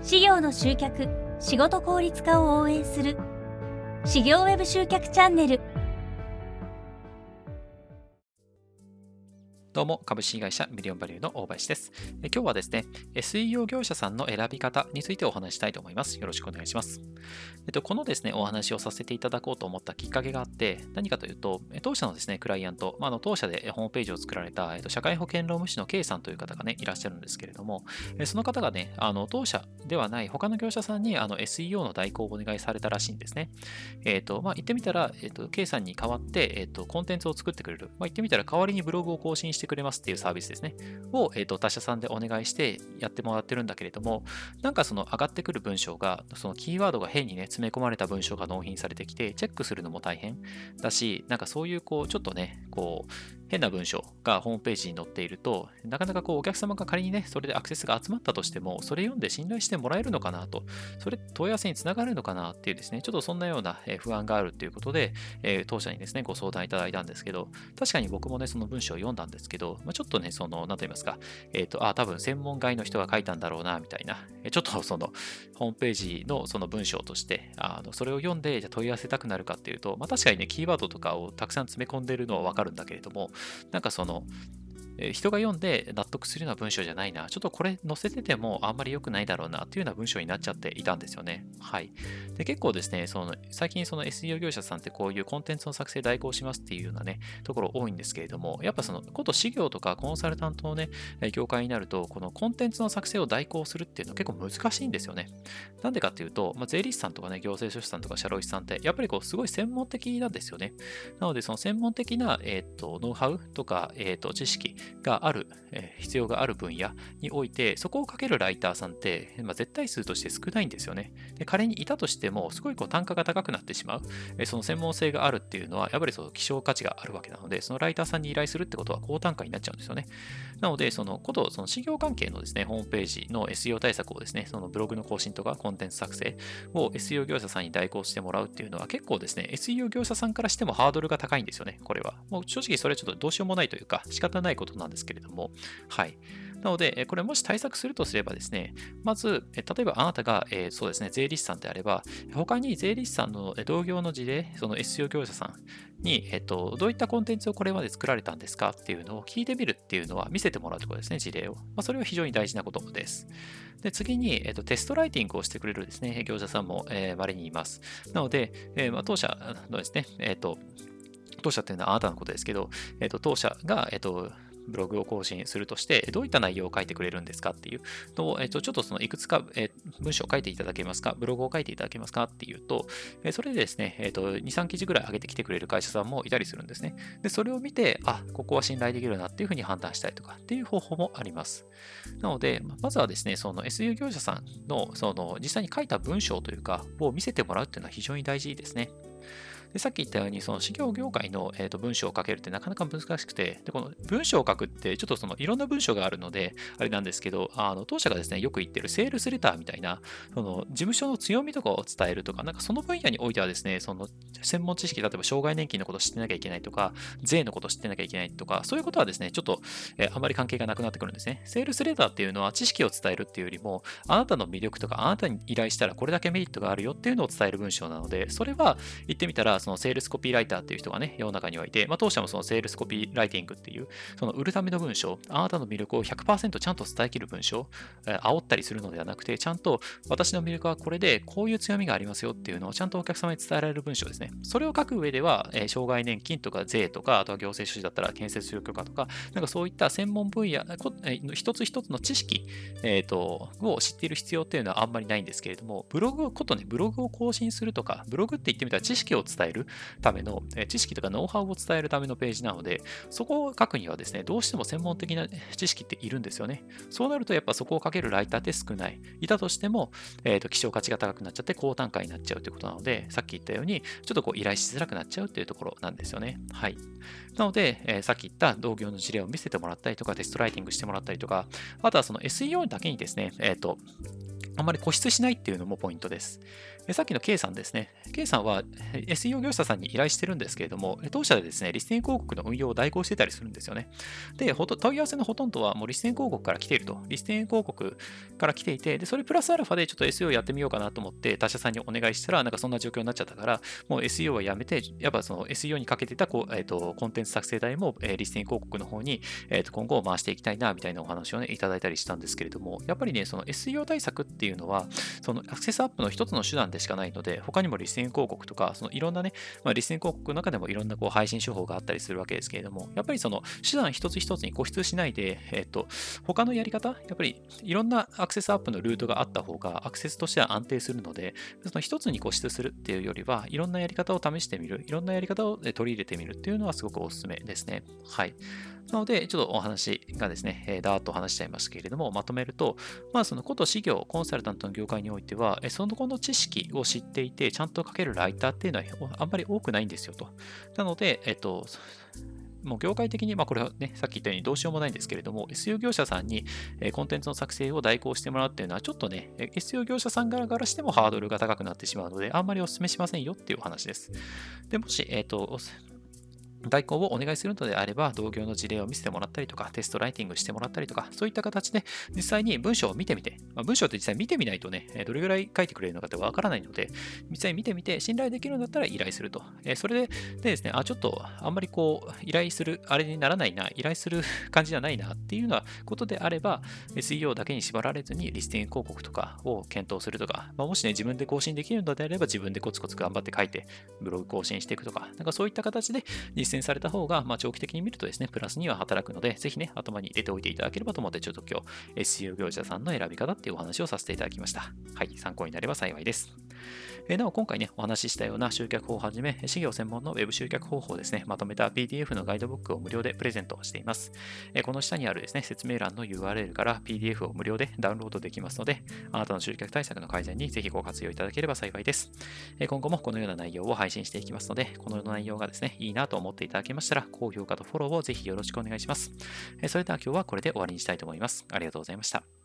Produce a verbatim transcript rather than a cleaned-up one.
事業の集客・仕事効率化を応援する事業ウェブ集客チャンネル。 どうも、株式会社ミリオンバリューの大林です。え今日はですね、エスイーオー 業者さんの選び方についてお話したいと思います。よろしくお願いします。えっと、このですね、お話をさせていただこうと思ったきっかけがあって、何かというと、当社のですね、クライアント、まあ、あの当社でホームページを作られた、えっと、社会保険労務士の K さんという方がね、いらっしゃるんですけれども、えその方がね、あの当社ではない他の業者さんにあの エスイーオー の代行をお願いされたらしいんですね。えっと、まあ、言ってみたら、えっと、K さんに代わって、えっと、コンテンツを作ってくれる。まあ、言ってみたら、代わりにブログを更新してくれますっていうサービスですね。を、えっと、他社さんでお願いしてやってもらってるんだけれども、なんかその上がってくる文章が、そのキーワードが変にね、詰め込まれた文章が納品されてきて、チェックするのも大変だし、なんかそういう、こう、ちょっとね、こう、変な文章がホームページに載っていると、なかなかこうお客様が仮にね、それでアクセスが集まったとしても、それ読んで信頼してもらえるのかなと、それ問い合わせにつながるのかなっていうですね、ちょっとそんなような不安があるということで、えー当社にですね、ご相談いただいたんですけど、確かに僕もね、その文章を読んだんですけど、まあ、ちょっとね、その、なんと言いますか、えっと、あ、多分専門外の人が書いたんだろうな、みたいな、えちょっとその、ホームページのその文章として、あのそれを読んで、じゃあ問い合わせたくなるかっていうと、まあ、確かにね、キーワードとかをたくさん詰め込んでいるのはわかるんだけれども、なんかその、えー人が読んで納得するような文章じゃないな。ちょっとこれ載せててもあんまり良くないだろうなっていうような文章になっちゃっていたんですよね。はい。で、結構ですね、その最近その エスイーオー 業者さんってこういうコンテンツの作成代行しますっていうようなね、ところ多いんですけれども、やっぱその、こと事業とかコンサルタントのね、えー業界になると、このコンテンツの作成を代行するっていうのは結構難しいんですよね。なんでかっていうと、まあ、税理士さんとかね、行政書士さんとか社労士さんって、やっぱりこう、すごい専門的なんですよね。なので、その専門的な、えーと、ノウハウとか、えーと、知識がある、えー必要がある分野において、そこをかけるライターさんって、まあ、絶対数として少ないんですよね。で、仮にいたとしても、すごいこう単価が高くなってしまう、えーその専門性があるっていうのは、やっぱりその希少価値があるわけなので、そのライターさんに依頼するってことは高単価になっちゃうんですよね。なので、そのこと、その事業関係のですね、ホームページの エスイーオー 対策をですね、そのブログの更新とかコンテンツ作成を エスイーオー 業者さんに代行してもらうっていうのは結構ですね、エスイーオー 業者さんからしてもハードルが高いんですよね、これは。もう正直それはちょっとどうしようもないというか、仕方ないことなんですけれども、はい。なので、これもし対策するとすればですね、まず、例えばあなたが、えーそうですね、税理士さんであれば、他に税理士さんの同業の事例、その エスイーオー 業者さんに、えっと、どういったコンテンツをこれまで作られたんですかっていうのを聞いてみるっていうのは見せてもらうところですね、事例を。まあ、それは非常に大事なことです。で、次に、えっと、テストライティングをしてくれるですね、業者さんも、えー、稀にいます。なので、えーまあ、当社のですね、えっと、当社っていうのはあなたのことですけど、えっと、当社が、えっと、ブログを更新するとして、どういった内容を書いてくれるんですかっていうのを、えっと、ちょっとそのいくつか、え文章を書いていただけますか、ブログを書いていただけますかっていうと、えそれでですね、えっと、に、さん記事ぐらい上げてきてくれる会社さんもいたりするんですね。で、それを見て、あ、ここは信頼できるなっていうふうに判断したりとかっていう方法もあります。なので、まずはですね、その エスイーオー 業者さんの、その実際に書いた文章というか、を見せてもらうっていうのは非常に大事ですね。でさっき言ったように、その事業業界の、えーと文章を書けるってなかなか難しくて、でこの文章を書くって、ちょっとそのいろんな文章があるので、あれなんですけど、あの当社がですね、よく言ってるセールスレターみたいな、その事務所の強みとかを伝えるとか、なんかその分野においてはですね、その専門知識、例えば障害年金のことを知ってなきゃいけないとか、税のことを知ってなきゃいけないとか、そういうことはですね、ちょっと、えーあんまり関係がなくなってくるんですね。セールスレターっていうのは知識を伝えるっていうよりも、あなたの魅力とか、あなたに依頼したらこれだけメリットがあるよっていうのを伝える文章なので、それは言ってみたら、そのセールスコピーライターっていう人がね、世の中にはいて、まあ、当社もそのセールスコピーライティングっていう、その売るための文章、あなたの魅力をひゃくパーセントちゃんと伝えきる文章、えー煽ったりするのではなくて、ちゃんと私の魅力はこれで、こういう強みがありますよっていうのをちゃんとお客様に伝えられる文章ですね。それを書く上では、えー障害年金とか税とか、あとは行政書士だったら建設許可とか、なんかそういった専門分野、こえー一つ一つの知識、えーと、を知っている必要っていうのはあんまりないんですけれども、ブログをことね、ブログを更新するとか、ブログって言ってみたら知識を伝えるための、えー知識とかノウハウを伝えるためのページなので、そこを書くにはですね、どうしても専門的な知識っているんですよね。そうなると、やっぱそこを書けるライターって少ない。いたとしても、えーと、希少価値が高くなっちゃって高単価になっちゃうということなので、さっき言ったように、ちょっとこう依頼しづらくなっちゃうというところなんですよね。はい。なので、えーさっき言った同業の事例を見せてもらったりとか、テストライティングしてもらったりとか、あとはその エスイーオー だけにですね、えっ、と、 あんまり固執しないっていうのもポイントです。さっきの K さんですね。K さんは エスイーオー 業者さんに依頼してるんですけれども、当社でですね、リスティング広告の運用を代行してたりするんですよね。で、問い合わせのほとんどはもうリスティング広告から来ていると。リスティング広告から来ていて、で、それプラスアルファでちょっと エスイーオー やってみようかなと思って他社さんにお願いしたら、なんかそんな状況になっちゃったから、もう エスイーオー はやめて、やっぱその エスイーオー にかけてたこう、えー、とコンテンツ作成代も、えー、リスティング広告の方に、えー、と今後回していきたいなみたいなお話をね、いただいたりしたんですけれども、やっぱりね、その エスイーオー 対策っていうのは、そのアクセスアップの一つの手段でしかないので、他にもリスティング広告とか、そのいろんなね、まあ、リスティング広告の中でもいろんなこう配信手法があったりするわけですけれども、やっぱりその手段一つ一つに固執しないで、えっと、他のやり方、やっぱりいろんなアクセスアップのルートがあった方がアクセスとしては安定するので、その一つに固執するっていうよりは、いろんなやり方を試してみる、いろんなやり方を取り入れてみるっていうのはすごくおすすめですね。はい。なので、ちょっとお話がですね、えー、だーっと話しちゃいますけれども、まとめると、まあ、そのこと事業、コンサルタントの業界においては、その後の知識を知っていて、ちゃんと書けるライターっていうのはあんまり多くないんですよと。なので、えっと、もう業界的に、まあこれはね、さっき言ったようにどうしようもないんですけれども、エスイーオー 業者さんにコンテンツの作成を代行してもらうっていうのは、ちょっとね、エスイーオー 業者さん側からしてもハードルが高くなってしまうので、あんまりお勧めしませんよっていうお話です。で、もし、えっと、代行をお願いするのであれば、同業の事例を見せてもらったりとか、テストライティングしてもらったりとか、そういった形で実際に文章を見てみて、まあ、文章って実際見てみないとね、どれぐらい書いてくれるのかってわからないので、実際に見てみて、信頼できるんだったら依頼すると。それででですね、あ、ちょっとあんまりこう、依頼する、あれにならないな、依頼する感じじゃないなっていうようなことであれば、エスイーオー だけに縛られずにリスティング広告とかを検討するとか、まあ、もしね、自分で更新できるのであれば、自分でコツコツ頑張って書いて、ブログ更新していくとか、なんかそういった形で実践された方が、まあ、長期的に見るとですね、プラスには働くので、ぜひね、頭に入れておいていただければと思って、ちょっと今日、エスイーオー 業者さんの選び方っていうお話をさせていただきました。はい、参考になれば幸いです。えなお、今回ね、お話ししたような集客法をはじめ、事業専門の Web 集客方法をですね、まとめた ピーディーエフ のガイドブックを無料でプレゼントしています。えこの下にあるですね、説明欄の ユーアールエル から ピーディーエフ を無料でダウンロードできますので、あなたの集客対策の改善にぜひご活用いただければ幸いです。え今後もこのような内容を配信していきますので、このような内容がですね、いいなと思っていただけましたら、高評価とフォローをぜひよろしくお願いします。それでは今日はこれで終わりにしたいと思います。ありがとうございました。